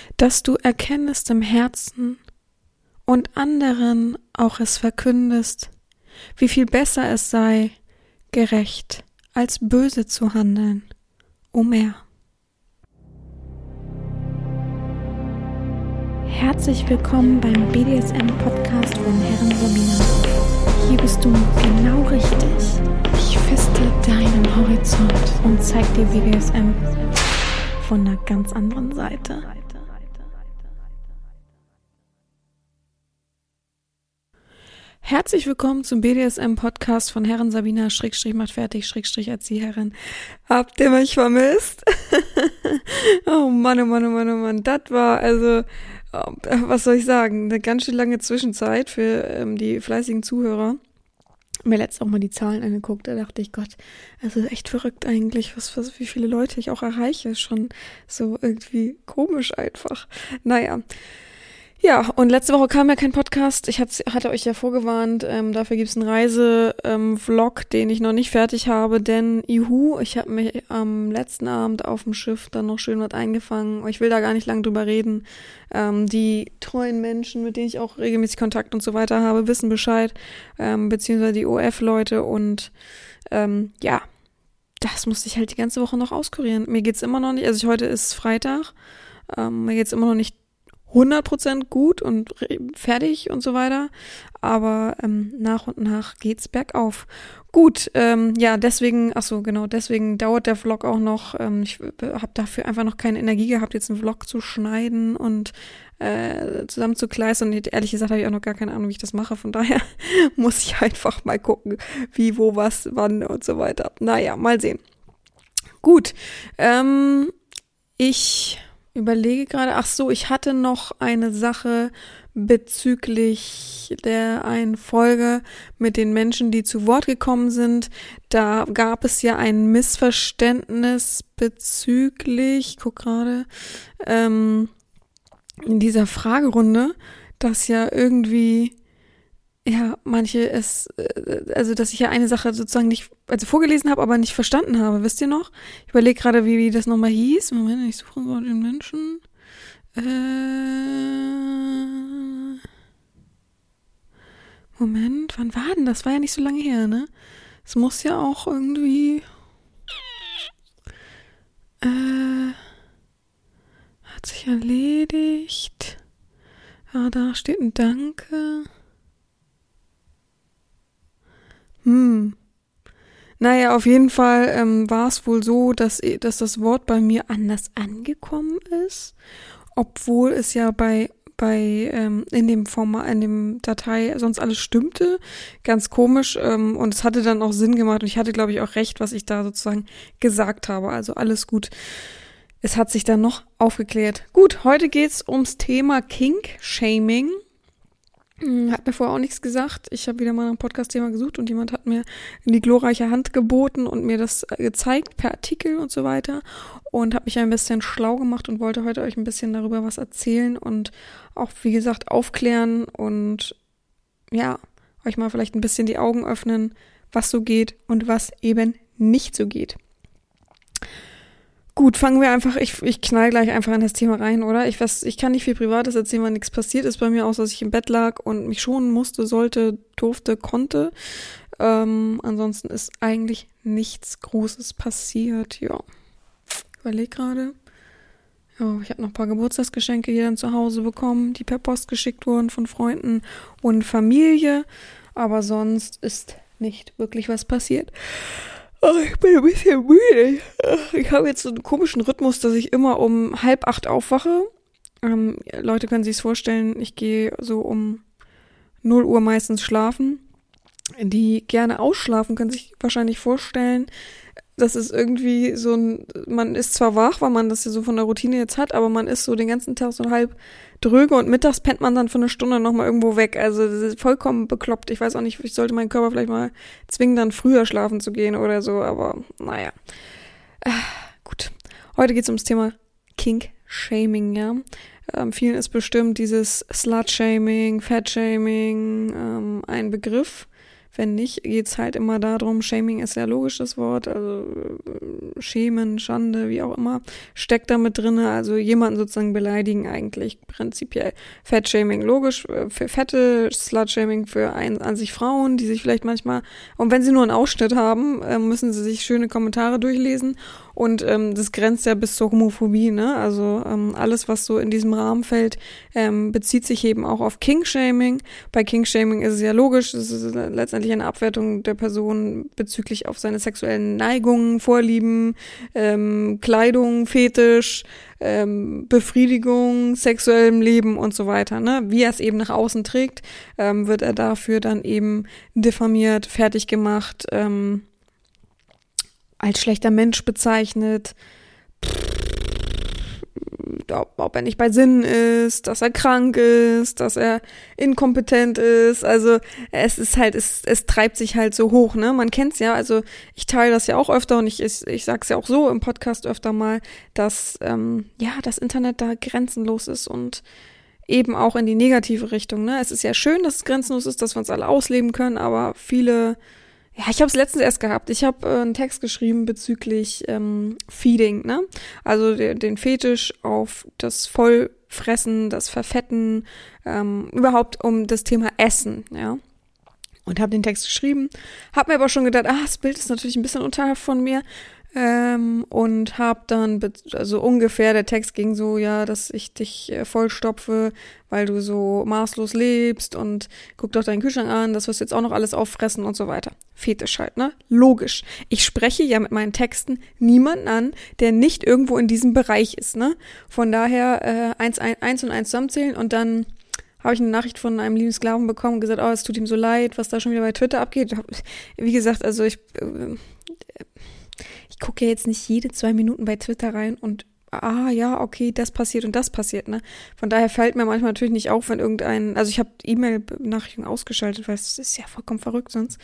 dass du erkennest im Herzen und anderen auch es verkündest, wie viel besser es sei, gerecht als böse zu handeln, o mehr. Herzlich willkommen beim BDSM-Podcast von Herren Sabina. Hier bist du genau richtig. Ich feste deinen Horizont und zeig dir BDSM von einer ganz anderen Seite. Herzlich willkommen zum BDSM-Podcast von Herren Sabina /macht fertig /Erzieherin. Habt ihr mich vermisst? Oh Mann, oh Mann, oh Mann, oh Mann. Das war was soll ich sagen, eine ganz schön lange Zwischenzeit für die fleißigen Zuhörer. Mir letztens auch mal die Zahlen angeguckt, da dachte ich, Gott, also echt verrückt eigentlich, wie viele Leute ich auch erreiche, schon so irgendwie komisch einfach. Naja. Ja, und letzte Woche kam ja kein Podcast. Ich hatte euch ja vorgewarnt, dafür gibt's einen Reise-Vlog, den ich noch nicht fertig habe, denn ich habe mich am letzten Abend auf dem Schiff dann noch schön was eingefangen. Ich will da gar nicht lang drüber reden. Die treuen Menschen, mit denen ich auch regelmäßig Kontakt und so weiter habe, wissen Bescheid, beziehungsweise die OF-Leute und ja, das musste ich halt die ganze Woche noch auskurieren. Mir geht's immer noch nicht, heute ist Freitag, mir geht's immer noch nicht 100% gut und fertig und so weiter, aber nach und nach geht's bergauf. Gut, deswegen dauert der Vlog auch noch. Ich habe dafür einfach noch keine Energie gehabt, jetzt einen Vlog zu schneiden und zusammen zu kleistern. Und ehrlich gesagt habe ich auch noch gar keine Ahnung, wie ich das mache, von daher muss ich einfach mal gucken, wie, wo, was, wann und so weiter. Naja, mal sehen. Gut, ich überlege gerade, ich hatte noch eine Sache bezüglich der einen Folge mit den Menschen, die zu Wort gekommen sind. Da gab es ja ein Missverständnis bezüglich, ich guck gerade, in dieser Fragerunde, dass ja irgendwie manche dass ich ja eine Sache sozusagen nicht, vorgelesen habe, aber nicht verstanden habe, wisst ihr noch? Ich überlege gerade, wie das nochmal hieß. Moment, ich suche gerade den Menschen. Moment, wann war denn das? War ja nicht so lange her, ne? Es muss ja auch irgendwie hat sich erledigt. Ja, da steht ein Danke. Naja, auf jeden Fall war es wohl so, dass das Wort bei mir anders angekommen ist, obwohl es ja in dem Format, in dem Datei sonst alles stimmte. Ganz komisch und es hatte dann auch Sinn gemacht und ich hatte, glaube ich, auch recht, was ich da sozusagen gesagt habe. Also alles gut. Es hat sich dann noch aufgeklärt. Gut, heute geht's ums Thema Kink-Shaming. Hat mir vorher auch nichts gesagt. Ich habe wieder mal ein Podcast-Thema gesucht und jemand hat mir in die glorreiche Hand geboten und mir das gezeigt per Artikel und so weiter und habe mich ein bisschen schlau gemacht und wollte heute euch ein bisschen darüber was erzählen und auch, wie gesagt, aufklären und ja, euch mal vielleicht ein bisschen die Augen öffnen, was so geht und was eben nicht so geht. Gut, fangen wir einfach, ich knall gleich einfach in das Thema rein, oder? Ich kann nicht viel Privates erzählen, weil nichts passiert ist bei mir, außer dass ich im Bett lag und mich schonen musste, sollte, durfte, konnte. Ansonsten ist eigentlich nichts Großes passiert, ja. Ich überlege gerade. Ja, ich habe noch ein paar Geburtstagsgeschenke hier dann zu Hause bekommen, die per Post geschickt wurden von Freunden und Familie. Aber sonst ist nicht wirklich was passiert. Oh, ich bin ein bisschen müde. Ich habe jetzt so einen komischen Rhythmus, dass ich immer um 7:30 aufwache. Leute können sich's vorstellen, ich gehe so um 0 Uhr meistens schlafen. Die gerne ausschlafen, können sich wahrscheinlich vorstellen, das ist irgendwie so man ist zwar wach, weil man das ja so von der Routine jetzt hat, aber man ist so den ganzen Tag so halb dröge und mittags pennt man dann für eine Stunde nochmal irgendwo weg. Also das ist vollkommen bekloppt. Ich weiß auch nicht, ich sollte meinen Körper vielleicht mal zwingen, dann früher schlafen zu gehen oder so, aber naja. Gut. Heute geht's ums Thema Kink-Shaming, ja. Vielen ist bestimmt dieses Slut-Shaming, Fat-Shaming ein Begriff. Wenn nicht, geht's halt immer darum, Shaming ist ja logisch das Wort, also Schämen, Schande, wie auch immer, steckt da mit drinne, also jemanden sozusagen beleidigen eigentlich prinzipiell. Fettshaming logisch, für Fette, Slutshaming für an sich Frauen, die sich vielleicht manchmal, und wenn sie nur einen Ausschnitt haben, müssen sie sich schöne Kommentare durchlesen. Und das grenzt ja bis zur Homophobie, ne? Also alles, was so in diesem Rahmen fällt, bezieht sich eben auch auf King-Shaming. Bei King-Shaming ist es ja logisch, es ist letztendlich eine Abwertung der Person bezüglich auf seine sexuellen Neigungen, Vorlieben, Kleidung, Fetisch, Befriedigung, sexuellem Leben und so weiter, ne? Wie er es eben nach außen trägt, wird er dafür dann eben diffamiert, fertig gemacht, als schlechter Mensch bezeichnet, ob er nicht bei Sinnen ist, dass er krank ist, dass er inkompetent ist, also es ist halt, es treibt sich halt so hoch, ne, man kennt's ja, also ich teile das ja auch öfter und ich sag's ja auch so im Podcast öfter mal, dass, das Internet da grenzenlos ist und eben auch in die negative Richtung, ne, es ist ja schön, dass es grenzenlos ist, dass wir uns alle ausleben können, aber viele. Ja, ich habe es letztens erst gehabt. Ich habe einen Text geschrieben bezüglich Feeding, ne? Also den Fetisch auf das Vollfressen, das Verfetten, überhaupt um das Thema Essen, ja. Und habe den Text geschrieben, habe mir aber schon gedacht, das Bild ist natürlich ein bisschen unterhalb von mir. Und habe dann, also ungefähr, der Text ging so, ja, dass ich dich vollstopfe, weil du so maßlos lebst und guck doch deinen Kühlschrank an, das wirst du jetzt auch noch alles auffressen und so weiter. Fetisch halt, ne? Logisch. Ich spreche ja mit meinen Texten niemanden an, der nicht irgendwo in diesem Bereich ist, ne? Von daher eins und eins zusammenzählen und dann habe ich eine Nachricht von einem lieben Sklaven bekommen und gesagt, es tut ihm so leid, was da schon wieder bei Twitter abgeht. Wie gesagt, also ich gucke ja jetzt nicht jede 2 Minuten bei Twitter rein und okay, das passiert und das passiert, ne? Von daher fällt mir manchmal natürlich nicht auf, wenn also ich habe E-Mail-Benachrichtigungen ausgeschaltet, weil es ist ja vollkommen verrückt sonst.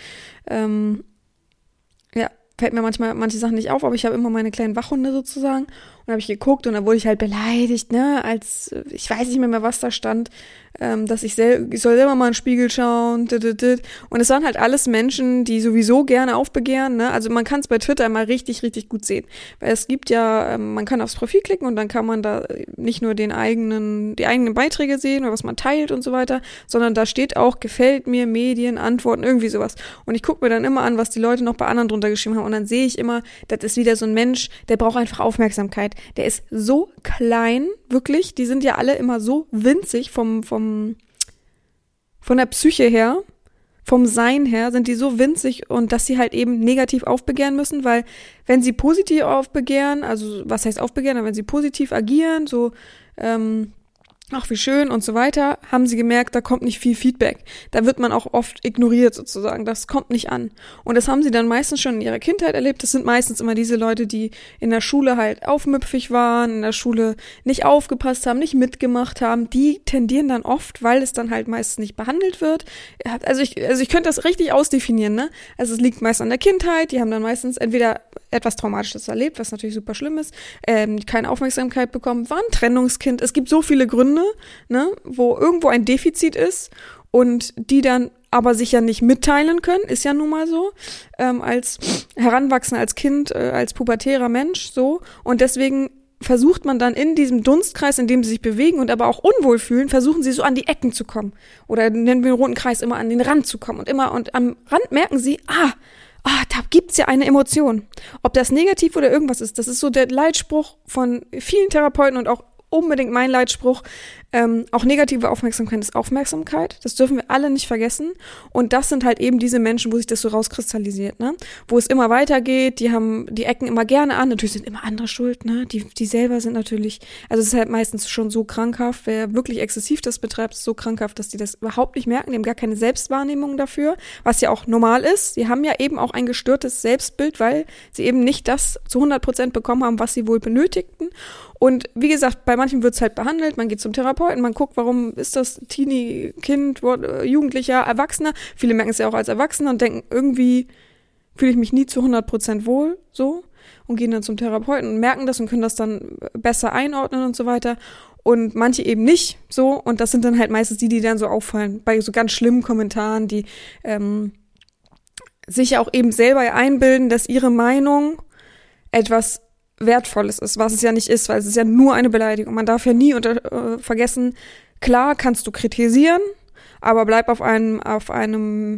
Fällt mir manchmal manche Sachen nicht auf, aber ich habe immer meine kleinen Wachhunde sozusagen und habe ich geguckt und da wurde ich halt beleidigt, ne, als, ich weiß nicht mehr, was da stand, dass ich soll selber mal in den Spiegel schauen, und es waren halt alles Menschen, die sowieso gerne aufbegehren, ne, also man kann es bei Twitter immer richtig, richtig gut sehen, weil es gibt ja, man kann aufs Profil klicken und dann kann man da nicht nur die eigenen Beiträge sehen oder was man teilt und so weiter, sondern da steht auch, gefällt mir, Medien, Antworten, irgendwie sowas und ich gucke mir dann immer an, was die Leute noch bei anderen drunter geschrieben haben und dann sehe ich immer, das ist wieder so ein Mensch, der braucht einfach Aufmerksamkeit. Der ist so klein, wirklich. Die sind ja alle immer so winzig von der Psyche her, vom Sein her, sind die so winzig und dass sie halt eben negativ aufbegehren müssen, weil wenn sie positiv aufbegehren, also was heißt aufbegehren, aber wenn sie positiv agieren, so ach, wie schön und so weiter, haben sie gemerkt, da kommt nicht viel Feedback. Da wird man auch oft ignoriert sozusagen, das kommt nicht an. Und das haben sie dann meistens schon in ihrer Kindheit erlebt. Das sind meistens immer diese Leute, die in der Schule halt aufmüpfig waren, in der Schule nicht aufgepasst haben, nicht mitgemacht haben. Die tendieren dann oft, weil es dann halt meistens nicht behandelt wird. Also ich könnte das richtig ausdefinieren, ne? Also es liegt meist an der Kindheit, die haben dann meistens entweder etwas Traumatisches erlebt, was natürlich super schlimm ist, keine Aufmerksamkeit bekommen, war ein Trennungskind. Es gibt so viele Gründe, ne, wo irgendwo ein Defizit ist und die dann aber sich ja nicht mitteilen können, ist ja nun mal so, als Heranwachsender, als Kind, als pubertärer Mensch, so. Und deswegen versucht man dann in diesem Dunstkreis, in dem sie sich bewegen und aber auch unwohl fühlen, versuchen sie so an die Ecken zu kommen. Oder nennen wir den roten Kreis, immer an den Rand zu kommen. Und am Rand merken sie, da gibt's ja eine Emotion. Ob das negativ oder irgendwas ist, das ist so der Leitspruch von vielen Therapeuten und auch unbedingt mein Leitspruch. Auch negative Aufmerksamkeit ist Aufmerksamkeit. Das dürfen wir alle nicht vergessen. Und das sind halt eben diese Menschen, wo sich das so rauskristallisiert, ne? Wo es immer weitergeht, die haben die Ecken immer gerne an. Natürlich sind immer andere schuld, ne? Die selber sind natürlich, also es ist halt meistens schon so krankhaft. Wer wirklich exzessiv das betreibt, ist so krankhaft, dass die das überhaupt nicht merken. Die haben gar keine Selbstwahrnehmung dafür, was ja auch normal ist. Die haben ja eben auch ein gestörtes Selbstbild, weil sie eben nicht das zu 100% bekommen haben, was sie wohl benötigten. Und wie gesagt, bei manchen wird es halt behandelt, man geht zum Therapeuten, man guckt, warum ist das Teenie, Kind, Jugendlicher, Erwachsener. Viele merken es ja auch als Erwachsener und denken, irgendwie fühle ich mich nie zu 100% wohl, so. Und gehen dann zum Therapeuten und merken das und können das dann besser einordnen und so weiter. Und manche eben nicht, so. Und das sind dann halt meistens die dann so auffallen, bei so ganz schlimmen Kommentaren, die, sich auch eben selber einbilden, dass ihre Meinung etwas Wertvolles ist, was es ja nicht ist, weil es ist ja nur eine Beleidigung. Man darf ja nie vergessen, klar kannst du kritisieren, aber bleib auf einem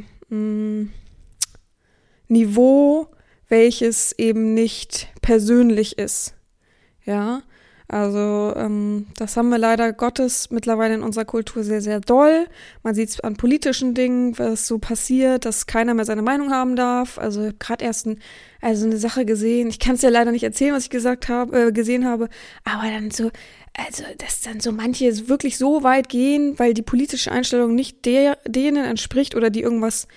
Niveau, welches eben nicht persönlich ist. Ja, also das haben wir leider Gottes mittlerweile in unserer Kultur sehr, sehr doll. Man sieht es an politischen Dingen, was so passiert, dass keiner mehr seine Meinung haben darf. Also gerade erst eine Sache gesehen. Ich kann es ja leider nicht erzählen, was ich gesehen habe, aber dann so, also dass dann so manche wirklich so weit gehen, weil die politische Einstellung nicht denen entspricht oder die irgendwas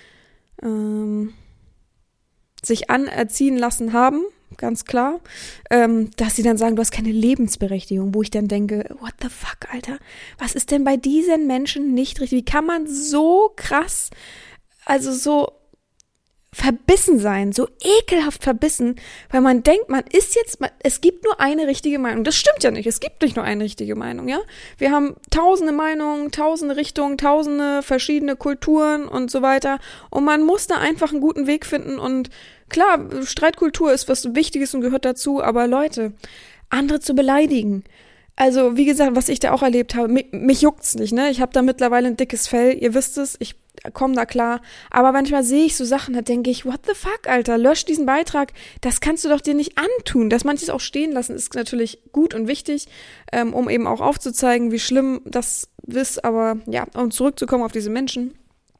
sich anerziehen lassen haben, ganz klar, dass sie dann sagen, du hast keine Lebensberechtigung, wo ich dann denke, what the fuck, Alter, was ist denn bei diesen Menschen nicht richtig? Wie kann man so krass, also so verbissen sein, so ekelhaft verbissen, weil man denkt, es gibt nur eine richtige Meinung. Das stimmt ja nicht, es gibt nicht nur eine richtige Meinung, ja. Wir haben tausende Meinungen, tausende Richtungen, tausende verschiedene Kulturen und so weiter und man muss da einfach einen guten Weg finden und klar, Streitkultur ist was Wichtiges und gehört dazu, aber Leute, andere zu beleidigen, also wie gesagt, was ich da auch erlebt habe, mich juckt's nicht, ne? Ich habe da mittlerweile ein dickes Fell, ihr wisst es, ich komme da klar, aber manchmal sehe ich so Sachen, da denke ich, what the fuck, Alter, lösch diesen Beitrag, das kannst du doch dir nicht antun, dass manches auch stehen lassen, ist natürlich gut und wichtig, um eben auch aufzuzeigen, wie schlimm das ist, aber ja, um zurückzukommen auf diese Menschen.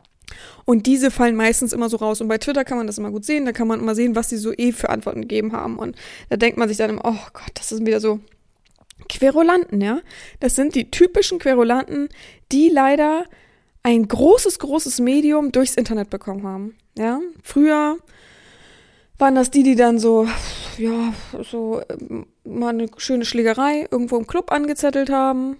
Und diese fallen meistens immer so raus. Und bei Twitter kann man das immer gut sehen. Da kann man immer sehen, was die so für Antworten gegeben haben. Und da denkt man sich dann immer, oh Gott, das ist wieder so Querulanten, ja. Das sind die typischen Querulanten, die leider ein großes Medium durchs Internet bekommen haben. Ja, früher waren das die dann so, ja, so mal eine schöne Schlägerei irgendwo im Club angezettelt haben,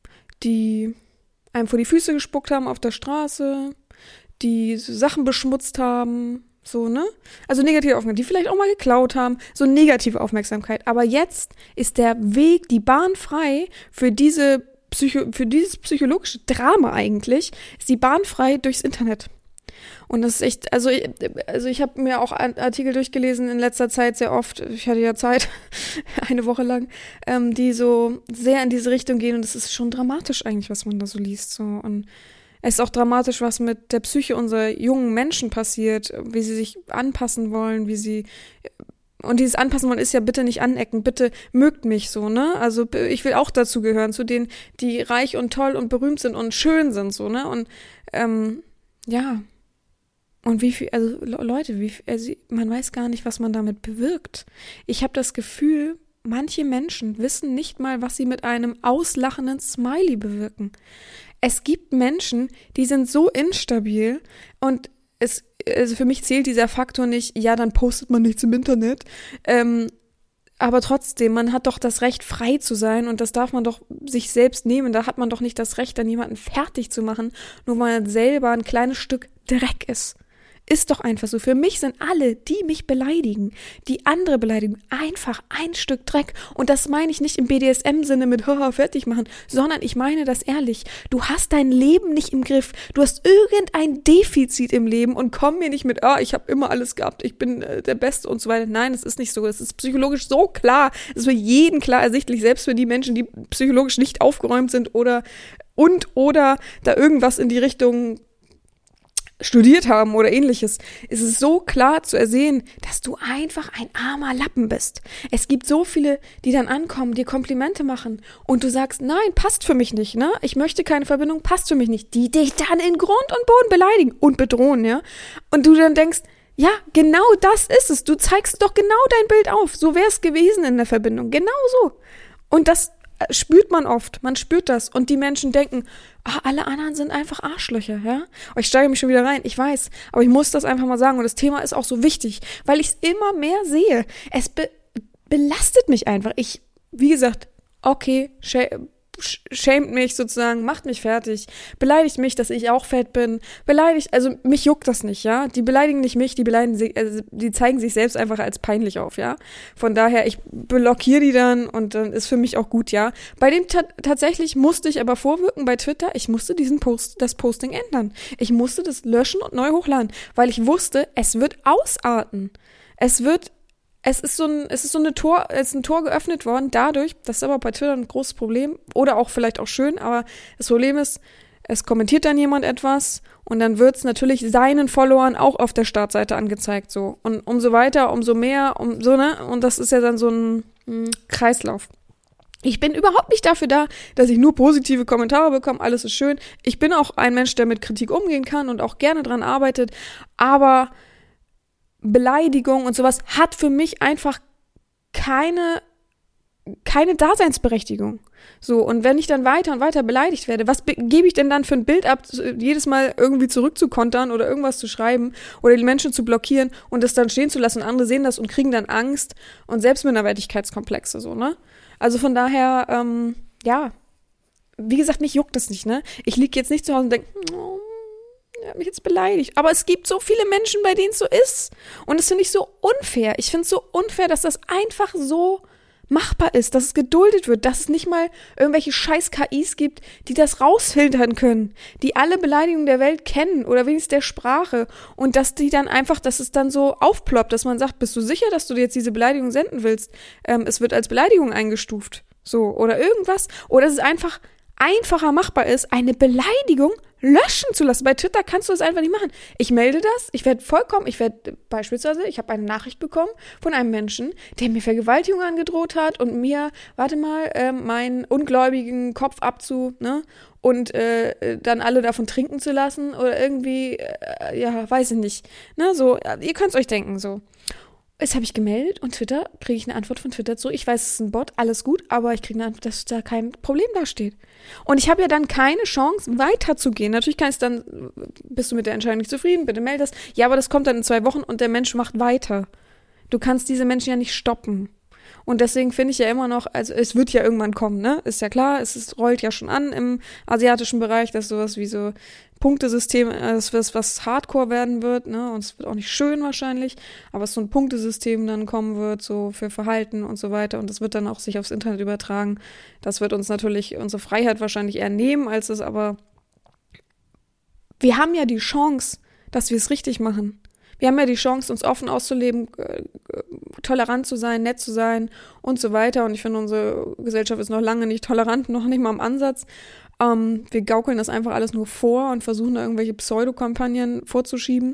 die einem vor die Füße gespuckt haben auf der Straße, die so Sachen beschmutzt haben, so, ne? Also negative Aufmerksamkeit, die vielleicht auch mal geklaut haben, so negative Aufmerksamkeit. Aber jetzt ist der Weg, die Bahn frei für dieses psychologische Drama eigentlich, ist die Bahn frei durchs Internet. Und das ist echt, also ich habe mir auch Artikel durchgelesen in letzter Zeit sehr oft, ich hatte ja Zeit, eine Woche lang, die so sehr in diese Richtung gehen und es ist schon dramatisch eigentlich, was man da so liest, so. Und es ist auch dramatisch, was mit der Psyche unserer jungen Menschen passiert, wie sie sich anpassen wollen, und dieses Anpassen wollen ist ja bitte nicht anecken, bitte mögt mich so, ne? Also ich will auch dazu gehören, zu denen, die reich und toll und berühmt sind und schön sind, so, ne? Und ja. Und wie viel, also Leute, man weiß gar nicht, was man damit bewirkt. Ich habe das Gefühl, manche Menschen wissen nicht mal, was sie mit einem auslachenden Smiley bewirken. Es gibt Menschen, die sind so instabil und also für mich zählt dieser Faktor nicht, ja, dann postet man nichts im Internet, aber trotzdem, man hat doch das Recht, frei zu sein und das darf man doch sich selbst nehmen, da hat man doch nicht das Recht, dann jemanden fertig zu machen, nur weil man selber ein kleines Stück Dreck ist. Ist doch einfach so. Für mich sind alle, die mich beleidigen, die andere beleidigen, einfach ein Stück Dreck. Und das meine ich nicht im BDSM-Sinne mit haha, fertig machen, sondern ich meine das ehrlich. Du hast dein Leben nicht im Griff. Du hast irgendein Defizit im Leben und komm mir nicht mit, ich habe immer alles gehabt, ich bin der Beste und so weiter. Nein, es ist nicht so. Es ist psychologisch so klar. Es ist für jeden klar ersichtlich, selbst für die Menschen, die psychologisch nicht aufgeräumt sind oder da irgendwas in die Richtung studiert haben oder ähnliches, ist es so klar zu ersehen, dass du einfach ein armer Lappen bist. Es gibt so viele, die dann ankommen, dir Komplimente machen und du sagst, nein, passt für mich nicht, ne? Ich möchte keine Verbindung, passt für mich nicht. Die dich dann in Grund und Boden beleidigen und bedrohen, ja? Und du dann denkst, ja, genau das ist es. Du zeigst doch genau dein Bild auf. So wäre es gewesen in der Verbindung. Genau so. Und das spürt man oft, man spürt das und die Menschen denken, alle anderen sind einfach Arschlöcher, ja? Ich steige mich schon wieder rein, ich weiß, aber ich muss das einfach mal sagen und das Thema ist auch so wichtig, weil ich es immer mehr sehe. Es belastet mich einfach. Wie gesagt, okay, schämt mich sozusagen, macht mich fertig, beleidigt mich, dass ich auch fett bin, also mich juckt das nicht, ja. Die beleidigen nicht mich, die zeigen sich selbst einfach als peinlich auf, ja. Von daher, ich blockiere die dann und dann ist für mich auch gut, ja. Bei dem tatsächlich musste ich aber vorwirken bei Twitter, ich musste das Posting ändern. Ich musste das löschen und neu hochladen, weil ich wusste, es wird ausarten. Es ist ein Tor geöffnet worden dadurch, das ist aber bei Twitter ein großes Problem oder auch vielleicht auch schön, aber das Problem ist, es kommentiert dann jemand etwas und dann wird es natürlich seinen Followern auch auf der Startseite angezeigt, so. Und umso weiter, umso mehr, ne? Und das ist ja dann so ein Kreislauf. Ich bin überhaupt nicht dafür da, dass ich nur positive Kommentare bekomme, alles ist schön. Ich bin auch ein Mensch, der mit Kritik umgehen kann und auch gerne dran arbeitet, aber Beleidigung und sowas hat für mich einfach keine Daseinsberechtigung. So, und wenn ich dann weiter und weiter beleidigt werde, was gebe ich denn dann für ein Bild ab, jedes Mal irgendwie zurückzukontern oder irgendwas zu schreiben oder die Menschen zu blockieren und das dann stehen zu lassen und andere sehen das und kriegen dann Angst und Selbstminderwertigkeitskomplexe, so, ne? Also von daher, ja, wie gesagt, mich juckt das nicht, ne? Ich liege jetzt nicht zu Hause und denke, oh, er hat mich jetzt beleidigt. Aber es gibt so viele Menschen, bei denen es so ist. Und das finde ich so unfair. Ich finde es so unfair, dass das einfach so machbar ist, dass es geduldet wird, dass es nicht mal irgendwelche scheiß KIs gibt, die das rausfiltern können, die alle Beleidigungen der Welt kennen oder wenigstens der Sprache und dass es dann so aufploppt, dass man sagt, bist du sicher, dass du dir jetzt diese Beleidigung senden willst? Es wird als Beleidigung eingestuft. So, oder irgendwas. Oder dass es einfach einfacher machbar ist, eine Beleidigung löschen zu lassen. Bei Twitter kannst du das einfach nicht machen. Ich melde das, ich habe eine Nachricht bekommen von einem Menschen, der mir Vergewaltigung angedroht hat und mir, meinen ungläubigen Kopf und dann alle davon trinken zu lassen oder irgendwie, weiß ich nicht. Ne, so, ihr könnt es euch denken, so. Das habe ich gemeldet und kriege ich eine Antwort von Twitter zurück. Ich weiß, es ist ein Bot, alles gut, aber ich kriege eine Antwort, dass da kein Problem dasteht. Und ich habe ja dann keine Chance, weiterzugehen. Natürlich kann es dann, bist du mit der Entscheidung nicht zufrieden, bitte melde das. Ja, aber das kommt dann in 2 Wochen und der Mensch macht weiter. Du kannst diese Menschen ja nicht stoppen. Und deswegen finde ich ja immer noch, also es wird ja irgendwann kommen, ne? Ist ja klar, rollt ja schon an im asiatischen Bereich, dass sowas wie so Punktesystem, was Hardcore werden wird, ne? Und es wird auch nicht schön wahrscheinlich, aber es so ein Punktesystem dann kommen wird, so für Verhalten und so weiter. Und das wird dann auch sich aufs Internet übertragen. Das wird uns natürlich unsere Freiheit wahrscheinlich eher nehmen, als es aber. Wir haben ja die Chance, dass wir es richtig machen. Wir haben ja die Chance, uns offen auszuleben, tolerant zu sein, nett zu sein und so weiter. Und ich finde, unsere Gesellschaft ist noch lange nicht tolerant, noch nicht mal am Ansatz. Wir gaukeln das einfach alles nur vor und versuchen da irgendwelche Pseudokampagnen vorzuschieben.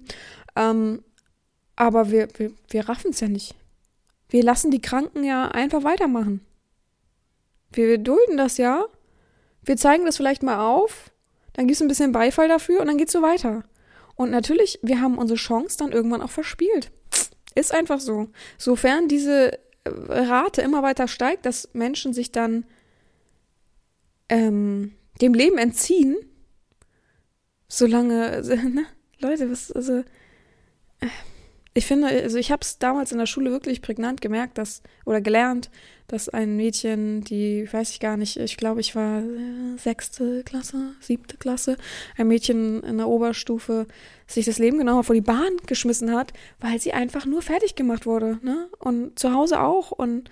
Aber wir raffen es ja nicht. Wir lassen die Kranken ja einfach weitermachen. Wir dulden das ja. Wir zeigen das vielleicht mal auf, dann gibt es ein bisschen Beifall dafür und dann geht's so weiter. Und natürlich, wir haben unsere Chance dann irgendwann auch verspielt. Ist einfach so. Sofern diese Rate immer weiter steigt, dass Menschen sich dann dem Leben entziehen, solange, ne, Leute, ich finde, also ich habe es damals in der Schule wirklich prägnant gelernt, dass ein Mädchen, die, weiß ich gar nicht, ich glaube, ich war 6. Klasse, 7. Klasse, ein Mädchen in der Oberstufe sich das Leben genau vor die Bahn geschmissen hat, weil sie einfach nur fertig gemacht wurde, ne? Und zu Hause auch und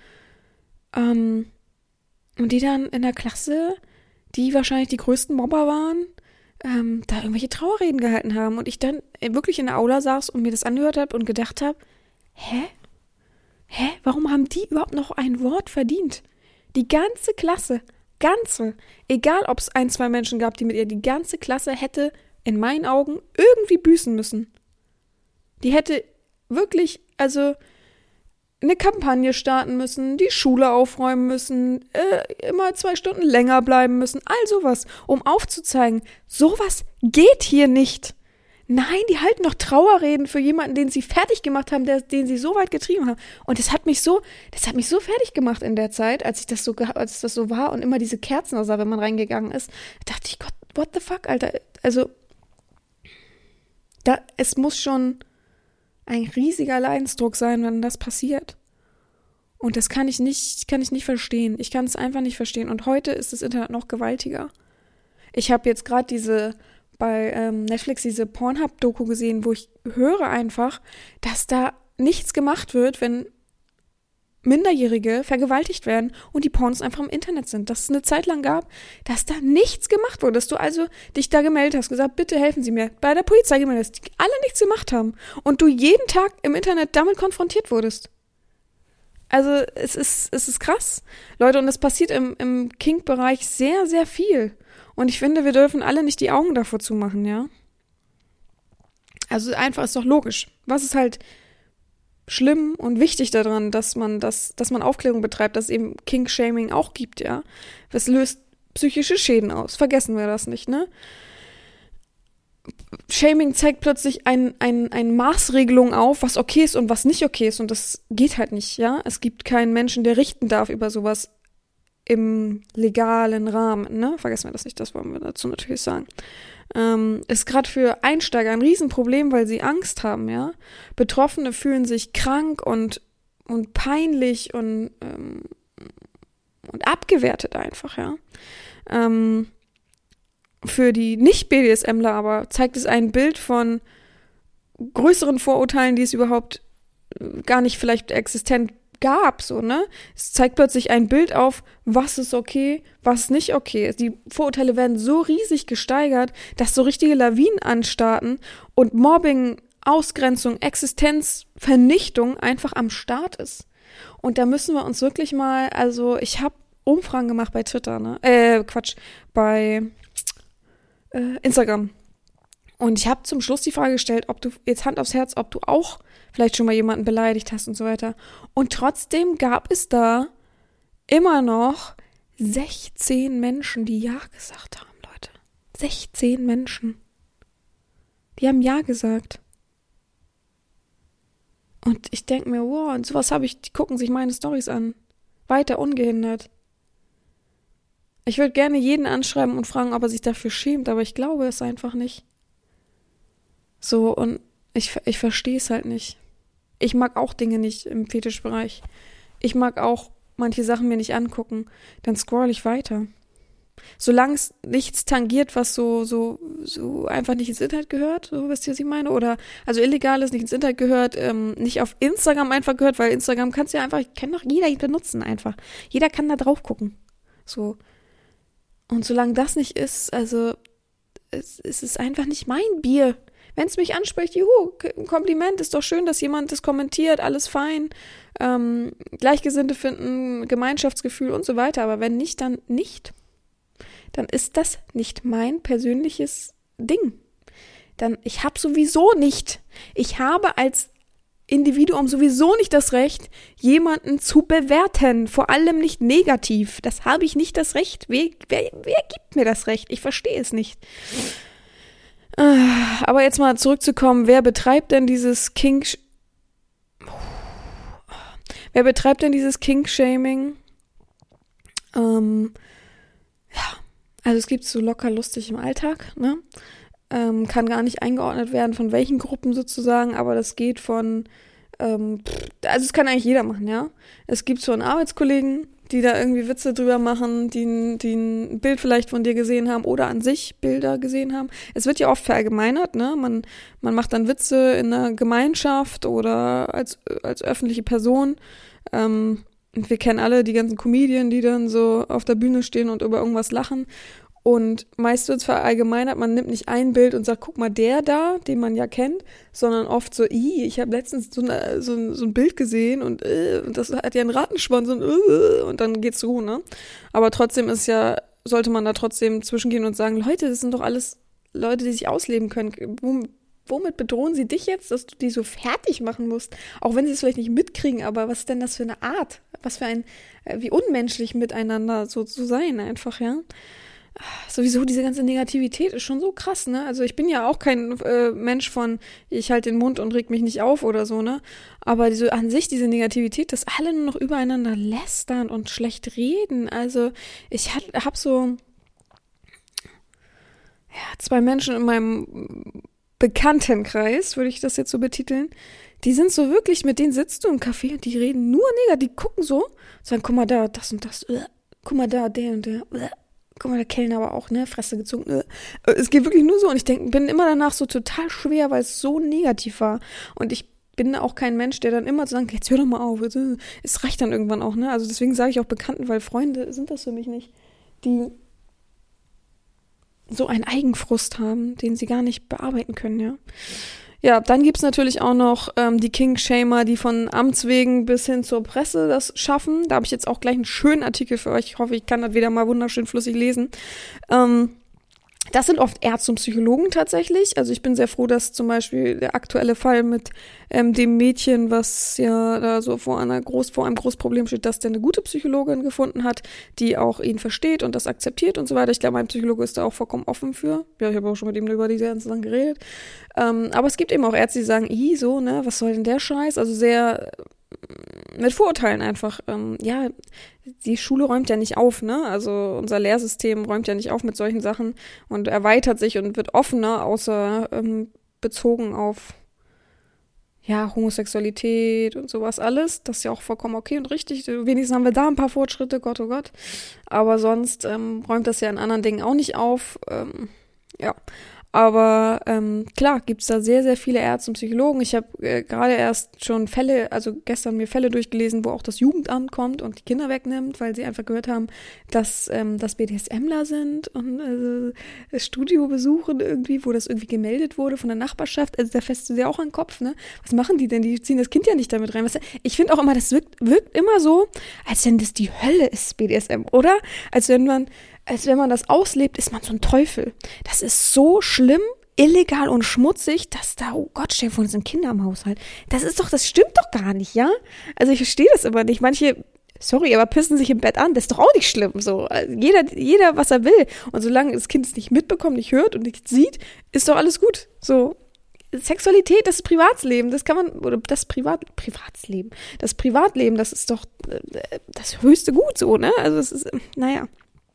die dann in der Klasse, die wahrscheinlich die größten Mobber waren, da irgendwelche Trauerreden gehalten haben und ich dann wirklich in der Aula saß und mir das angehört habe und gedacht habe, hä? Warum haben die überhaupt noch ein Wort verdient? Die ganze Klasse, egal ob es 1, 2 Menschen gab, die mit ihr, die ganze Klasse hätte in meinen Augen irgendwie büßen müssen. Die hätte wirklich, also eine Kampagne starten müssen, die Schule aufräumen müssen, immer 2 Stunden länger bleiben müssen, all sowas, um aufzuzeigen, sowas geht hier nicht. Nein, die halten noch Trauerreden für jemanden, den sie fertig gemacht haben, den sie so weit getrieben haben. Und das hat mich so fertig gemacht in der Zeit, als das so war und immer diese Kerzen aussah, wenn man reingegangen ist. Da dachte ich, Gott, what the fuck, Alter. Also, es muss schon ein riesiger Leidensdruck sein, wenn das passiert. Und das kann ich nicht verstehen. Ich kann es einfach nicht verstehen. Und heute ist das Internet noch gewaltiger. Ich habe jetzt gerade bei Netflix diese Pornhub-Doku gesehen, wo ich höre einfach, dass da nichts gemacht wird, wenn Minderjährige vergewaltigt werden und die Pornos einfach im Internet sind. Dass es eine Zeit lang gab, dass da nichts gemacht wurde. Dass du also dich da gemeldet hast, gesagt, bitte helfen Sie mir. Bei der Polizei gemeldet hast, die alle nichts gemacht haben. Und du jeden Tag im Internet damit konfrontiert wurdest. Also es ist krass. Leute, und es passiert im Kink-Bereich sehr, sehr viel. Und ich finde, wir dürfen alle nicht die Augen davor zumachen, ja. Also einfach ist doch logisch. Was ist halt schlimm und wichtig daran, dass man Aufklärung betreibt, dass es eben Kink-Shaming auch gibt, ja. Das löst psychische Schäden aus. Vergessen wir das nicht, ne? Shaming zeigt plötzlich eine Maßregelung auf, was okay ist und was nicht okay ist. Und das geht halt nicht, ja. Es gibt keinen Menschen, der richten darf über sowas im legalen Rahmen, ne? Vergessen wir das nicht, das wollen wir dazu natürlich sagen. Ist gerade für Einsteiger ein Riesenproblem, weil sie Angst haben, ja. Betroffene fühlen sich krank und peinlich und abgewertet einfach, ja. Für die Nicht-BDSMler aber zeigt es ein Bild von größeren Vorurteilen, die es überhaupt gar nicht vielleicht existent gab, so, ne? Es zeigt plötzlich ein Bild auf, was ist okay, was nicht okay ist. Die Vorurteile werden so riesig gesteigert, dass so richtige Lawinen anstarten und Mobbing, Ausgrenzung, Existenzvernichtung einfach am Start ist. Und da müssen wir uns wirklich mal, also ich habe Umfragen gemacht bei Twitter, ne? Bei Instagram. Und ich habe zum Schluss die Frage gestellt, ob du, jetzt Hand aufs Herz, ob du auch vielleicht schon mal jemanden beleidigt hast und so weiter. Und trotzdem gab es da immer noch 16 Menschen, die Ja gesagt haben, Leute. 16 Menschen. Die haben Ja gesagt. Und ich denke mir, wow, und sowas die gucken sich meine Storys an. Weiter ungehindert. Ich würde gerne jeden anschreiben und fragen, ob er sich dafür schämt, aber ich glaube es einfach nicht. So, und ich verstehe es halt nicht. Ich mag auch Dinge nicht im Fetischbereich. Ich mag auch manche Sachen mir nicht angucken. Dann scroll ich weiter. Solange es nichts tangiert, was so einfach nicht ins Internet gehört, so wisst ihr, was ich meine? Oder, also Illegales nicht ins Internet gehört, nicht auf Instagram einfach gehört, weil Instagram kann doch jeder benutzen einfach. Jeder kann da drauf gucken. So. Und solange das nicht ist, also, es ist einfach nicht mein Bier. Wenn es mich anspricht, juhu, Kompliment, ist doch schön, dass jemand das kommentiert, alles fein, Gleichgesinnte finden, Gemeinschaftsgefühl und so weiter, aber wenn nicht, dann nicht. Dann ist das nicht mein persönliches Ding. Ich habe als Individuum sowieso nicht das Recht, jemanden zu bewerten, vor allem nicht negativ. Das habe ich nicht das Recht. Wer gibt mir das Recht? Ich verstehe es nicht. Aber jetzt mal zurückzukommen, wer betreibt denn dieses Kink-Shaming? Also es gibt es so locker lustig im Alltag, ne? Kann gar nicht eingeordnet werden, von welchen Gruppen sozusagen, aber das geht von, also es kann eigentlich jeder machen, ja. Es gibt so einen Arbeitskollegen, die da irgendwie Witze drüber machen, die ein Bild vielleicht von dir gesehen haben oder an sich Bilder gesehen haben. Es wird ja oft verallgemeinert, ne? Man macht dann Witze in einer Gemeinschaft oder als öffentliche Person. Und wir kennen alle die ganzen Comedien, die dann so auf der Bühne stehen und über irgendwas lachen. Und meist wird es verallgemeinert, man nimmt nicht ein Bild und sagt, guck mal, der da, den man ja kennt, sondern oft so, ich habe letztens so ein Bild gesehen und das hat ja einen Rattenschwanz und dann geht's so, ne? Aber trotzdem sollte man da trotzdem zwischengehen und sagen, Leute, das sind doch alles Leute, die sich ausleben können. Womit bedrohen sie dich jetzt, dass du die so fertig machen musst? Auch wenn sie es vielleicht nicht mitkriegen, aber was ist denn das für eine Art? Wie unmenschlich miteinander so zu sein einfach, ja? Sowieso diese ganze Negativität ist schon so krass, ne? Also ich bin ja auch kein Mensch von, ich halte den Mund und reg mich nicht auf oder so, ne? Aber an sich diese Negativität, dass alle nur noch übereinander lästern und schlecht reden. Also ich hab so 2 Menschen in meinem Bekanntenkreis, würde ich das jetzt so betiteln, die sind so wirklich, mit denen sitzt du im Café und die reden nur negativ, die gucken so, sagen, guck mal da, das und das, guck mal da, der und der, guck mal, der Kellner aber auch, ne, Fresse gezogen, Es geht wirklich nur so und ich bin immer danach so total schwer, weil es so negativ war und ich bin auch kein Mensch, der dann immer so sagt, jetzt hör doch mal auf, es reicht dann irgendwann auch, ne, also deswegen sage ich auch Bekannten, weil Freunde sind das für mich nicht, die so einen Eigenfrust haben, den sie gar nicht bearbeiten können, ja. Ja, dann gibt's natürlich auch noch die King-Shamer, die von Amts wegen bis hin zur Presse das schaffen. Da habe ich jetzt auch gleich einen schönen Artikel für euch. Ich hoffe, ich kann das wieder mal wunderschön flüssig lesen. Das sind oft Ärzte und Psychologen tatsächlich. Also ich bin sehr froh, dass zum Beispiel der aktuelle Fall mit dem Mädchen, was ja da so vor einem Großproblem steht, dass der eine gute Psychologin gefunden hat, die auch ihn versteht und das akzeptiert und so weiter. Ich glaube, mein Psychologe ist da auch vollkommen offen für. Ja, ich habe auch schon mit ihm über diese ganzen Sachen geredet. Aber es gibt eben auch Ärzte, die sagen, so, ne, was soll denn der Scheiß? Also sehr mit Vorurteilen einfach. Ja, die Schule räumt ja nicht auf, ne? Also unser Lehrsystem räumt ja nicht auf mit solchen Sachen und erweitert sich und wird offener, außer bezogen auf ja, Homosexualität und sowas alles. Das ist ja auch vollkommen okay und richtig. Wenigstens haben wir da ein paar Fortschritte, Gott, oh Gott. Aber sonst räumt das ja in anderen Dingen auch nicht auf. Ja. Aber klar, gibt's da sehr, sehr viele Ärzte und Psychologen. Ich habe gerade erst schon Fälle, also gestern mir Fälle durchgelesen, wo auch das Jugendamt kommt und die Kinder wegnimmt, weil sie einfach gehört haben, dass das BDSMler sind und Studio besuchen irgendwie, wo das irgendwie gemeldet wurde von der Nachbarschaft. Also da fässt du dir auch an den Kopf, ne? Was machen die denn? Die ziehen das Kind ja nicht damit rein. Ich finde auch immer, das wirkt immer so, als wenn das die Hölle ist, BDSM, oder? Als wenn man das auslebt, ist man so ein Teufel. Das ist so schlimm, illegal und schmutzig, dass da, oh Gott, stell dir vor, das sind Kinder im Haushalt. Das stimmt doch gar nicht, ja? Also ich verstehe das immer nicht. Manche, sorry, aber pissen sich im Bett an, das ist doch auch nicht schlimm, so. Also jeder, was er will. Und solange das Kind es nicht mitbekommt, nicht hört und nicht sieht, ist doch alles gut. So. Sexualität, das ist Privatsleben, das kann man, oder das Privatsleben, das ist doch das höchste Gut, so, ne? Also es ist, naja.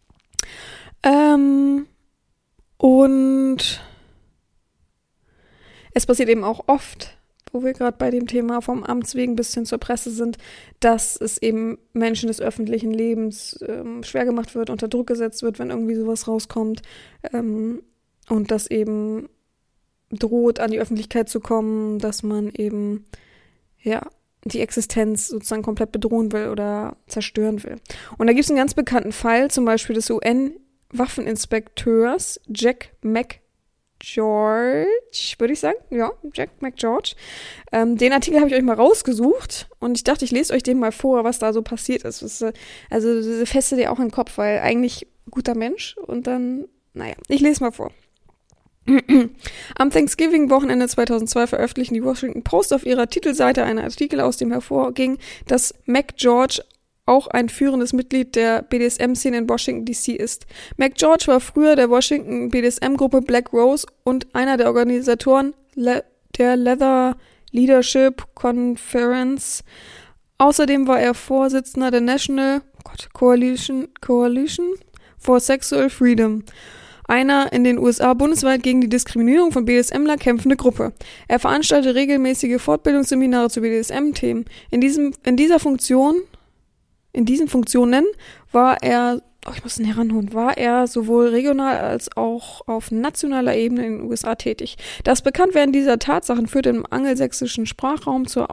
Und es passiert eben auch oft, wo wir gerade bei dem Thema vom Amts wegen bis hin zur Presse sind, dass es eben Menschen des öffentlichen Lebens schwer gemacht wird, unter Druck gesetzt wird, wenn irgendwie sowas rauskommt und das eben droht, an die Öffentlichkeit zu kommen, dass man eben, ja, die Existenz sozusagen komplett bedrohen will oder zerstören will. Und da gibt es einen ganz bekannten Fall, zum Beispiel des UN-Waffeninspekteurs Jack McGeorge, würde ich sagen. Ja, Jack McGeorge. Den Artikel habe ich euch mal rausgesucht und ich dachte, ich lese euch den mal vor, was da so passiert ist. Also feste dir auch in den Kopf, weil eigentlich guter Mensch und dann, naja, ich lese mal vor. Am Thanksgiving-Wochenende 2002 veröffentlichten die Washington Post auf ihrer Titelseite einen Artikel, aus dem hervorging, dass McGeorge auch ein führendes Mitglied der BDSM-Szene in Washington, D.C. ist. McGeorge war früher der Washington BDSM-Gruppe Black Rose und einer der Organisatoren der Leather Leadership Conference. Außerdem war er Vorsitzender der National Coalition for Sexual Freedom, einer in den USA bundesweit gegen die Diskriminierung von BDSMler kämpfende Gruppe. Er veranstaltete regelmäßige Fortbildungsseminare zu BDSM-Themen. In diesen Funktionen war er, war er sowohl regional als auch auf nationaler Ebene in den USA tätig. Das Bekanntwerden dieser Tatsachen führte im angelsächsischen Sprachraum zur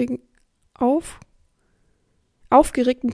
aufgeregten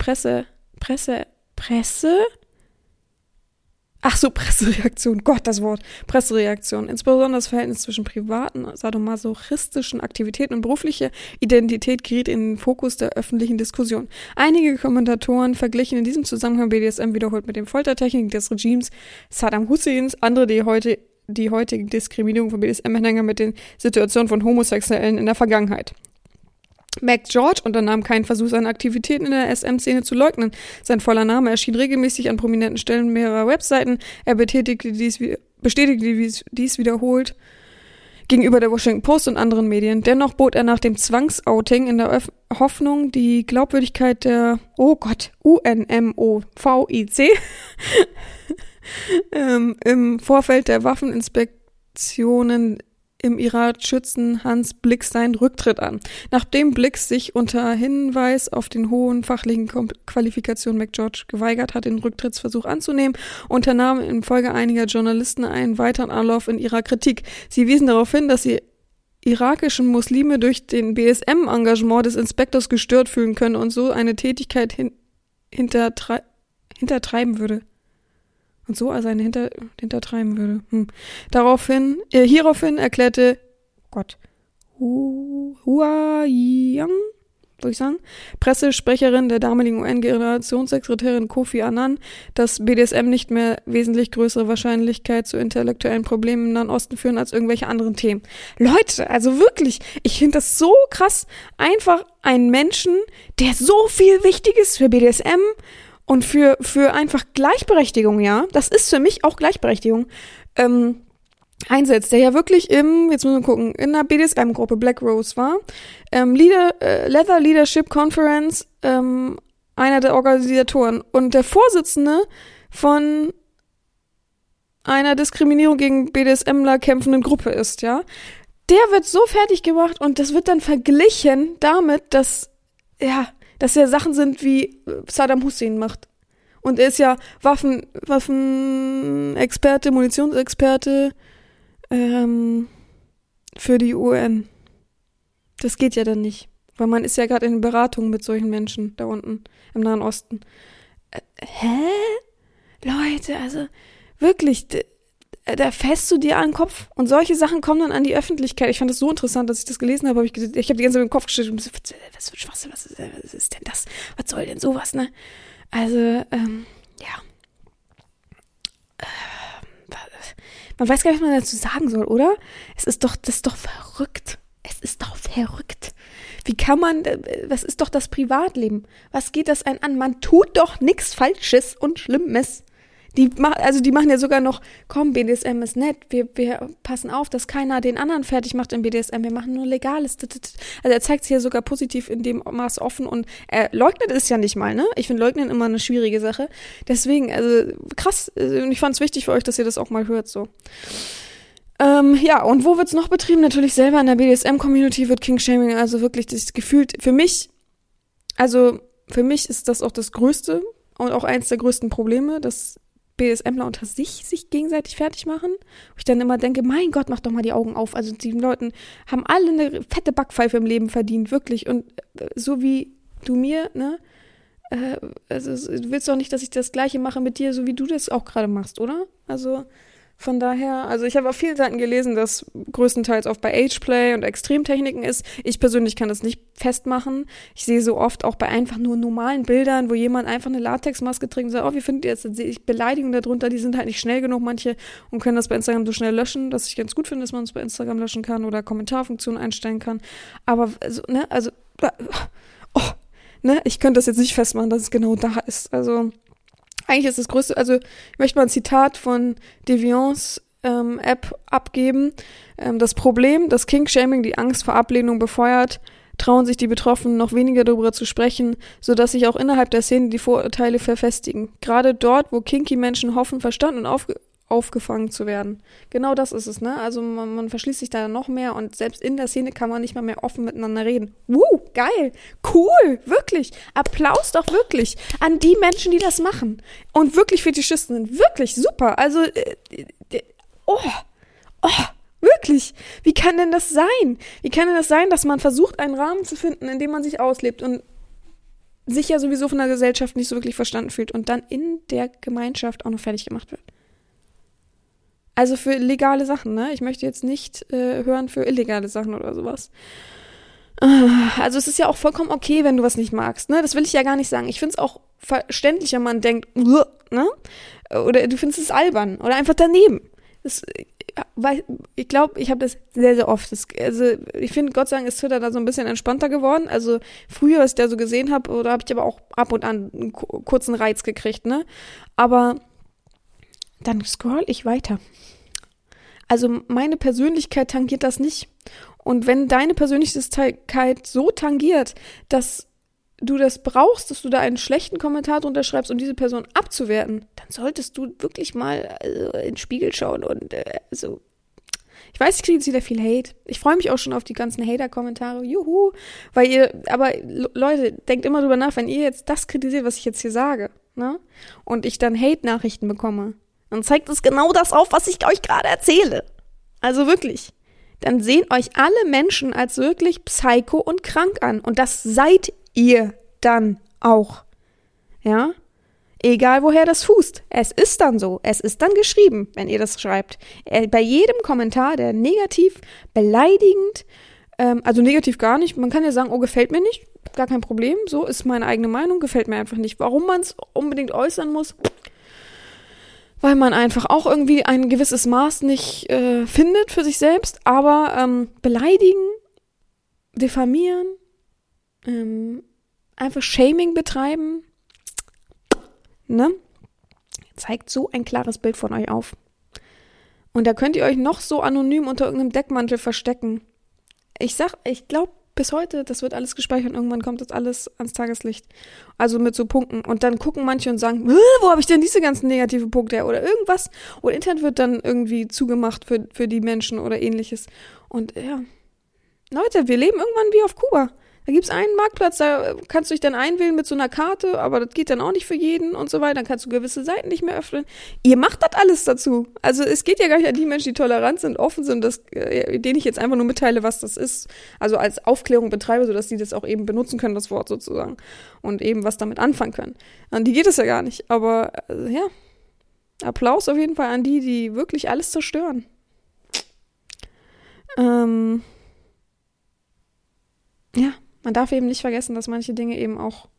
Pressereaktion, Pressereaktion. Insbesondere das Verhältnis zwischen privaten, sadomasochistischen Aktivitäten und beruflicher Identität geriet in den Fokus der öffentlichen Diskussion. Einige Kommentatoren verglichen in diesem Zusammenhang BDSM wiederholt mit den Foltertechniken des Regimes Saddam Husseins, andere die heutige Diskriminierung von BDSM-Anhängern mit den Situationen von Homosexuellen in der Vergangenheit. McGeorge unternahm keinen Versuch, seine Aktivitäten in der SM-Szene zu leugnen. Sein voller Name erschien regelmäßig an prominenten Stellen mehrerer Webseiten. Er bestätigte dies wiederholt gegenüber der Washington Post und anderen Medien. Dennoch bot er nach dem Zwangsouting in der Hoffnung, die Glaubwürdigkeit der, UNMOVIC im Vorfeld der Waffeninspektionen im Irak schützen Hans Blix seinen Rücktritt an. Nachdem Blix sich unter Hinweis auf den hohen fachlichen Qualifikationen McGeorge geweigert hat, den Rücktrittsversuch anzunehmen, unternahm infolge einiger Journalisten einen weiteren Anlauf in ihrer Kritik. Sie wiesen darauf hin, dass sie irakischen Muslime durch den BDSM-Engagement des Inspektors gestört fühlen können und so eine Tätigkeit hintertreiben würde. Und so also eine hintertreiben würde. Hieraufhin erklärte Hua Yang, soll ich sagen, Pressesprecherin der damaligen UN-Generalsekretärin Kofi Annan, dass BDSM nicht mehr wesentlich größere Wahrscheinlichkeit zu intellektuellen Problemen im Nahen Osten führen als irgendwelche anderen Themen. Leute, also wirklich, ich finde das so krass, einfach einen Menschen, der so viel Wichtiges für BDSM und für einfach Gleichberechtigung, ja, das ist für mich auch Gleichberechtigung, einsetzt, der ja wirklich jetzt müssen wir gucken, in einer BDSM-Gruppe Black Rose war, Leather Leadership Conference, einer der Organisatoren und der Vorsitzende von einer Diskriminierung gegen BDSMler kämpfenden Gruppe ist, ja. Der wird so fertig gemacht und das wird dann verglichen damit, dass ja Sachen sind, wie Saddam Hussein macht. Und er ist ja Waffenexperte, Munitionsexperte für die UN. Das geht ja dann nicht. Weil man ist ja gerade in Beratungen mit solchen Menschen da unten im Nahen Osten. Leute, also wirklich, da fällst du dir an den Kopf. Und solche Sachen kommen dann an die Öffentlichkeit. Ich fand das so interessant, dass ich das gelesen habe. Ich habe die ganze Zeit mit dem Kopf gestellt und so, was für Schwachsinn, was ist denn das? Was soll denn sowas, ne? Also, ja. Man weiß gar nicht, was man dazu sagen soll, oder? Das ist doch verrückt. Es ist doch verrückt. Wie kann man, was ist doch das Privatleben? Was geht das einen an? Man tut doch nichts Falsches und Schlimmes. Die machen ja sogar noch, komm, BDSM ist nett, wir passen auf, dass keiner den anderen fertig macht im BDSM, wir machen nur Legales. Also er zeigt sich ja sogar positiv in dem Maß offen und er leugnet es ja nicht mal, ne? Ich finde Leugnen immer eine schwierige Sache. Deswegen, also krass, und ich fand es wichtig für euch, dass ihr das auch mal hört, so. Ja, und wo wird's noch betrieben? Natürlich selber in der BDSM-Community wird King-Shaming, also wirklich das gefühlt, für mich ist das auch das Größte und auch eins der größten Probleme, dass BDSMler unter sich gegenseitig fertig machen. Wo ich dann immer denke, mein Gott, mach doch mal die Augen auf. Also die Leute haben alle eine fette Backpfeife im Leben verdient, wirklich. Und so wie du mir, ne, also du willst doch nicht, dass ich das Gleiche mache mit dir, so wie du das auch gerade machst, oder? Also von daher, also ich habe auf vielen Seiten gelesen, dass größtenteils oft bei Ageplay und Extremtechniken ist. Ich persönlich kann das nicht festmachen. Ich sehe so oft auch bei einfach nur normalen Bildern, wo jemand einfach eine Latexmaske trägt und sagt, oh, wie findet ihr jetzt? Dann sehe ich Beleidigungen darunter, die sind halt nicht schnell genug, manche, und können das bei Instagram so schnell löschen, dass ich ganz gut finde, dass man es bei Instagram löschen kann oder Kommentarfunktionen einstellen kann. Aber, ich könnte das jetzt nicht festmachen, dass es genau da ist. Also eigentlich ist das Größte, also ich möchte mal ein Zitat von Deviance App abgeben. Das Problem, dass King-Shaming die Angst vor Ablehnung befeuert, trauen sich die Betroffenen noch weniger darüber zu sprechen, sodass sich auch innerhalb der Szene die Vorurteile verfestigen. Gerade dort, wo Kinky-Menschen hoffen, verstanden und aufgefangen zu werden. Genau das ist es, ne? Also man verschließt sich da noch mehr und selbst in der Szene kann man nicht mal mehr offen miteinander reden. Geil, cool, wirklich. Applaus doch wirklich an die Menschen, die das machen und wirklich Fetischisten sind. Wirklich super. Also, wirklich. Wie kann denn das sein? Wie kann denn das sein, dass man versucht, einen Rahmen zu finden, in dem man sich auslebt und sich ja sowieso von der Gesellschaft nicht so wirklich verstanden fühlt und dann in der Gemeinschaft auch noch fertig gemacht wird? Also für legale Sachen, ne? Ich möchte jetzt nicht hören für illegale Sachen oder sowas. Also es ist ja auch vollkommen okay, wenn du was nicht magst, ne? Das will ich ja gar nicht sagen. Ich finde es auch verständlich, wenn man denkt, ne? Oder du findest es albern oder einfach daneben. Weil ich glaube, ich habe das sehr, sehr oft. Ich finde, Gott sei Dank ist Twitter da so ein bisschen entspannter geworden. Also früher, was ich da so gesehen habe, oder habe ich aber auch ab und an einen kurzen Reiz gekriegt, ne? Aber dann scroll ich weiter. Also meine Persönlichkeit tangiert das nicht. Und wenn deine Persönlichkeit so tangiert, dass du das brauchst, dass du da einen schlechten Kommentar drunter schreibst, um diese Person abzuwerten, dann solltest du wirklich mal in den Spiegel schauen und Ich weiß, ich kriege jetzt wieder viel Hate. Ich freue mich auch schon auf die ganzen Hater-Kommentare. Juhu. Aber Leute, denkt immer drüber nach, wenn ihr jetzt das kritisiert, was ich jetzt hier sage, ne? Und ich dann Hate-Nachrichten bekomme, dann zeigt es genau das auf, was ich euch gerade erzähle. Also wirklich. Dann sehen euch alle Menschen als wirklich psycho und krank an. Und das seid ihr dann auch. Ja? Egal, woher das fußt. Es ist dann so. Es ist dann geschrieben, wenn ihr das schreibt. Bei jedem Kommentar, der negativ, beleidigend, also negativ gar nicht. Man kann ja sagen, oh, gefällt mir nicht. Gar kein Problem. So ist meine eigene Meinung. Gefällt mir einfach nicht. Warum man es unbedingt äußern muss, weil man einfach auch irgendwie ein gewisses Maß nicht findet für sich selbst. Aber beleidigen, diffamieren, einfach Shaming betreiben, ne? Zeigt so ein klares Bild von euch auf. Und da könnt ihr euch noch so anonym unter irgendeinem Deckmantel verstecken. Ich glaube bis heute, das wird alles gespeichert und irgendwann kommt das alles ans Tageslicht. Also mit so Punkten. Und dann gucken manche und sagen, wo habe ich denn diese ganzen negativen Punkte her? Oder irgendwas. Oder Internet wird dann irgendwie zugemacht für die Menschen oder ähnliches. Und ja, Leute, wir leben irgendwann wie auf Kuba. Da gibt's einen Marktplatz, da kannst du dich dann einwählen mit so einer Karte, aber das geht dann auch nicht für jeden und so weiter. Dann kannst du gewisse Seiten nicht mehr öffnen. Ihr macht das alles dazu. Also es geht ja gar nicht an die Menschen, die tolerant sind, offen sind, denen ich jetzt einfach nur mitteile, was das ist. Also als Aufklärung betreibe, sodass die das auch eben benutzen können, das Wort sozusagen. Und eben was damit anfangen können. An die geht es ja gar nicht. Aber ja, Applaus auf jeden Fall an die, die wirklich alles zerstören. Ja. Man darf eben nicht vergessen, dass manche Dinge eben auch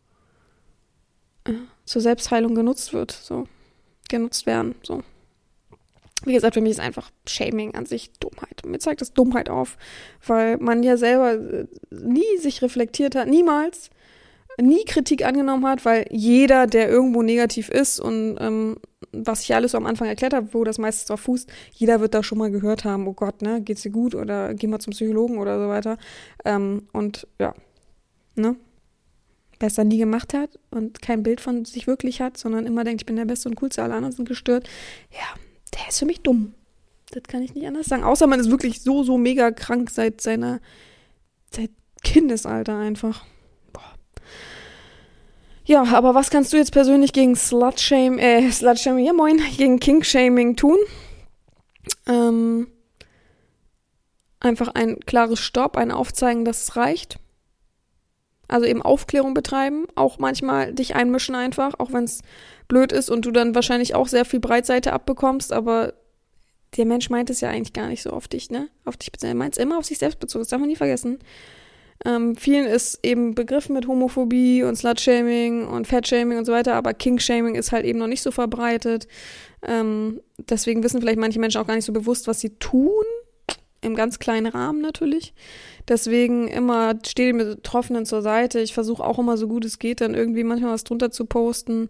zur Selbstheilung genutzt werden. So. Wie gesagt, für mich ist einfach Shaming an sich Dummheit. Mir zeigt das Dummheit auf, weil man ja selber nie sich reflektiert hat, nie Kritik angenommen hat, weil jeder, der irgendwo negativ ist und was ich alles so am Anfang erklärt habe, wo das meistens drauf fußt, jeder wird da schon mal gehört haben, oh Gott, ne, geht's dir gut oder geh mal zum Psychologen oder so weiter. Und ja, ne? Wer es dann nie gemacht hat und kein Bild von sich wirklich hat, sondern immer denkt, ich bin der Beste und Coolste, alle anderen sind gestört, ja, der ist für mich dumm. Das kann ich nicht anders sagen. Außer man ist wirklich so mega krank seit Kindesalter einfach. Boah. Ja, aber was kannst du jetzt persönlich gegen Slutshaming, ja moin, gegen Kinkshaming tun? Einfach ein klares Stopp, ein Aufzeigen, dass es reicht. Also eben Aufklärung betreiben, auch manchmal dich einmischen einfach, auch wenn es blöd ist und du dann wahrscheinlich auch sehr viel Breitseite abbekommst, aber der Mensch meint es ja eigentlich gar nicht so auf dich, ne? Auf dich bezogen. Er meint es immer auf sich selbst bezogen, das darf man nie vergessen. Vielen ist eben begriffen mit Homophobie und Slutshaming und Fatshaming und so weiter, aber Kinkshaming ist halt eben noch nicht so verbreitet. Deswegen wissen vielleicht manche Menschen auch gar nicht so bewusst, was sie tun. Im ganz kleinen Rahmen natürlich. Deswegen immer stehe den Betroffenen zur Seite. Ich versuche auch immer so gut es geht, dann irgendwie manchmal was drunter zu posten.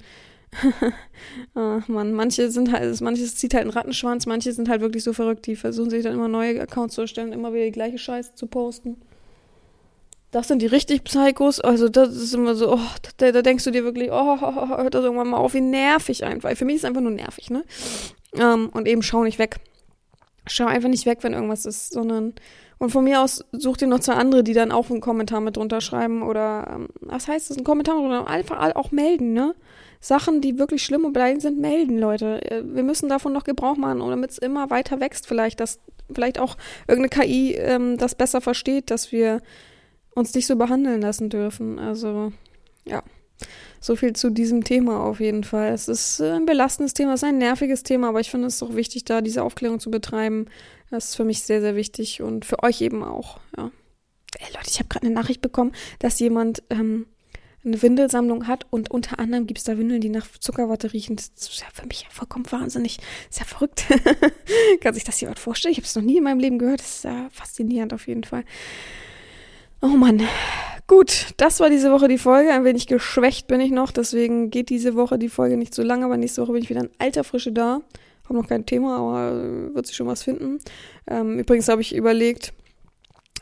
Manches zieht halt einen Rattenschwanz, manche sind halt wirklich so verrückt, die versuchen sich dann immer neue Accounts zu erstellen, immer wieder die gleiche Scheiße zu posten. Das sind die richtig Psychos, also das ist immer so, da denkst du dir wirklich, hört das irgendwann mal auf, wie nervig einfach. Für mich ist es einfach nur nervig, ne? Und eben schau nicht weg. Schau einfach nicht weg, wenn irgendwas ist, sondern und von mir aus such dir noch zwei andere, die dann auch einen Kommentar mit drunter schreiben oder was heißt das, einen Kommentar mit drunter, einfach auch melden, ne? Sachen, die wirklich schlimm und beleidigend sind, melden, Leute. Wir müssen davon noch Gebrauch machen, damit es immer weiter wächst vielleicht, dass vielleicht auch irgendeine KI das besser versteht, dass wir uns nicht so behandeln lassen dürfen. Also, ja. So viel zu diesem Thema auf jeden Fall. Es ist ein belastendes Thema, es ist ein nerviges Thema, aber ich finde es auch wichtig, da diese Aufklärung zu betreiben. Das ist für mich sehr, sehr wichtig und für euch eben auch. Ja. Leute, ich habe gerade eine Nachricht bekommen, dass jemand eine Windelsammlung hat und unter anderem gibt es da Windeln, die nach Zuckerwatte riechen. Das ist ja für mich ja vollkommen wahnsinnig. Das ist ja verrückt. Kann sich das jemand vorstellen? Ich habe es noch nie in meinem Leben gehört. Das ist ja faszinierend auf jeden Fall. Oh Mann. Gut, das war diese Woche die Folge. Ein wenig geschwächt bin ich noch, deswegen geht diese Woche die Folge nicht so lange, aber nächste Woche bin ich wieder in alter Frische da. Habe noch kein Thema, aber wird sich schon was finden. Übrigens habe ich überlegt,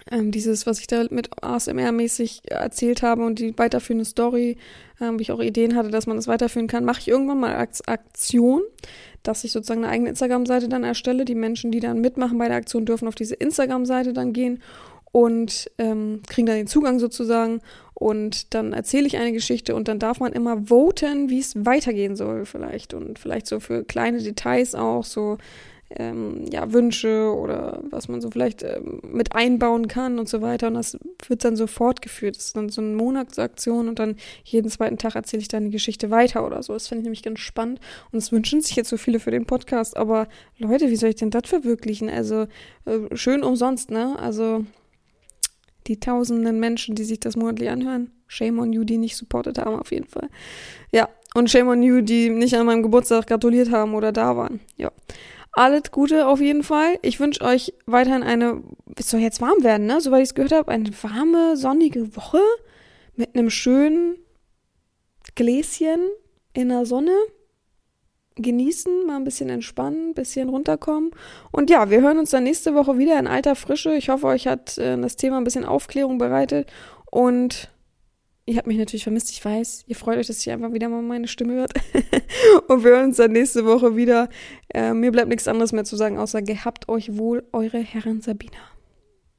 Dieses, was ich da mit ASMR-mäßig erzählt habe und die weiterführende Story, wie ich auch Ideen hatte, dass man das weiterführen kann, mache ich irgendwann mal als Aktion, dass ich sozusagen eine eigene Instagram-Seite dann erstelle. Die Menschen, die dann mitmachen bei der Aktion, dürfen auf diese Instagram-Seite dann gehen und kriegen dann den Zugang sozusagen. Und dann erzähle ich eine Geschichte und dann darf man immer voten, wie es weitergehen soll vielleicht. Und vielleicht so für kleine Details auch, so Wünsche oder was man so vielleicht mit einbauen kann und so weiter. Und das wird dann so fortgeführt. Das ist dann so eine Monatsaktion und dann jeden zweiten Tag erzähle ich dann die Geschichte weiter oder so. Das finde ich nämlich ganz spannend. Und es wünschen sich jetzt so viele für den Podcast. Aber Leute, wie soll ich denn das verwirklichen? Also schön umsonst, ne? Also die tausenden Menschen, die sich das monatlich anhören. Shame on you, die nicht supportet haben auf jeden Fall. Ja, und shame on you, die nicht an meinem Geburtstag gratuliert haben oder da waren. Ja. Alles Gute auf jeden Fall. Ich wünsche euch weiterhin es soll jetzt warm werden, ne? Soweit ich es gehört habe, eine warme, sonnige Woche mit einem schönen Gläschen in der Sonne. Genießen, mal ein bisschen entspannen, ein bisschen runterkommen. Und ja, wir hören uns dann nächste Woche wieder in alter Frische. Ich hoffe, euch hat das Thema ein bisschen Aufklärung bereitet. Und ihr habt mich natürlich vermisst, ich weiß. Ihr freut euch, dass ihr einfach wieder mal meine Stimme hört. Und wir hören uns dann nächste Woche wieder. Mir bleibt nichts anderes mehr zu sagen, außer gehabt euch wohl, eure Herren Sabina.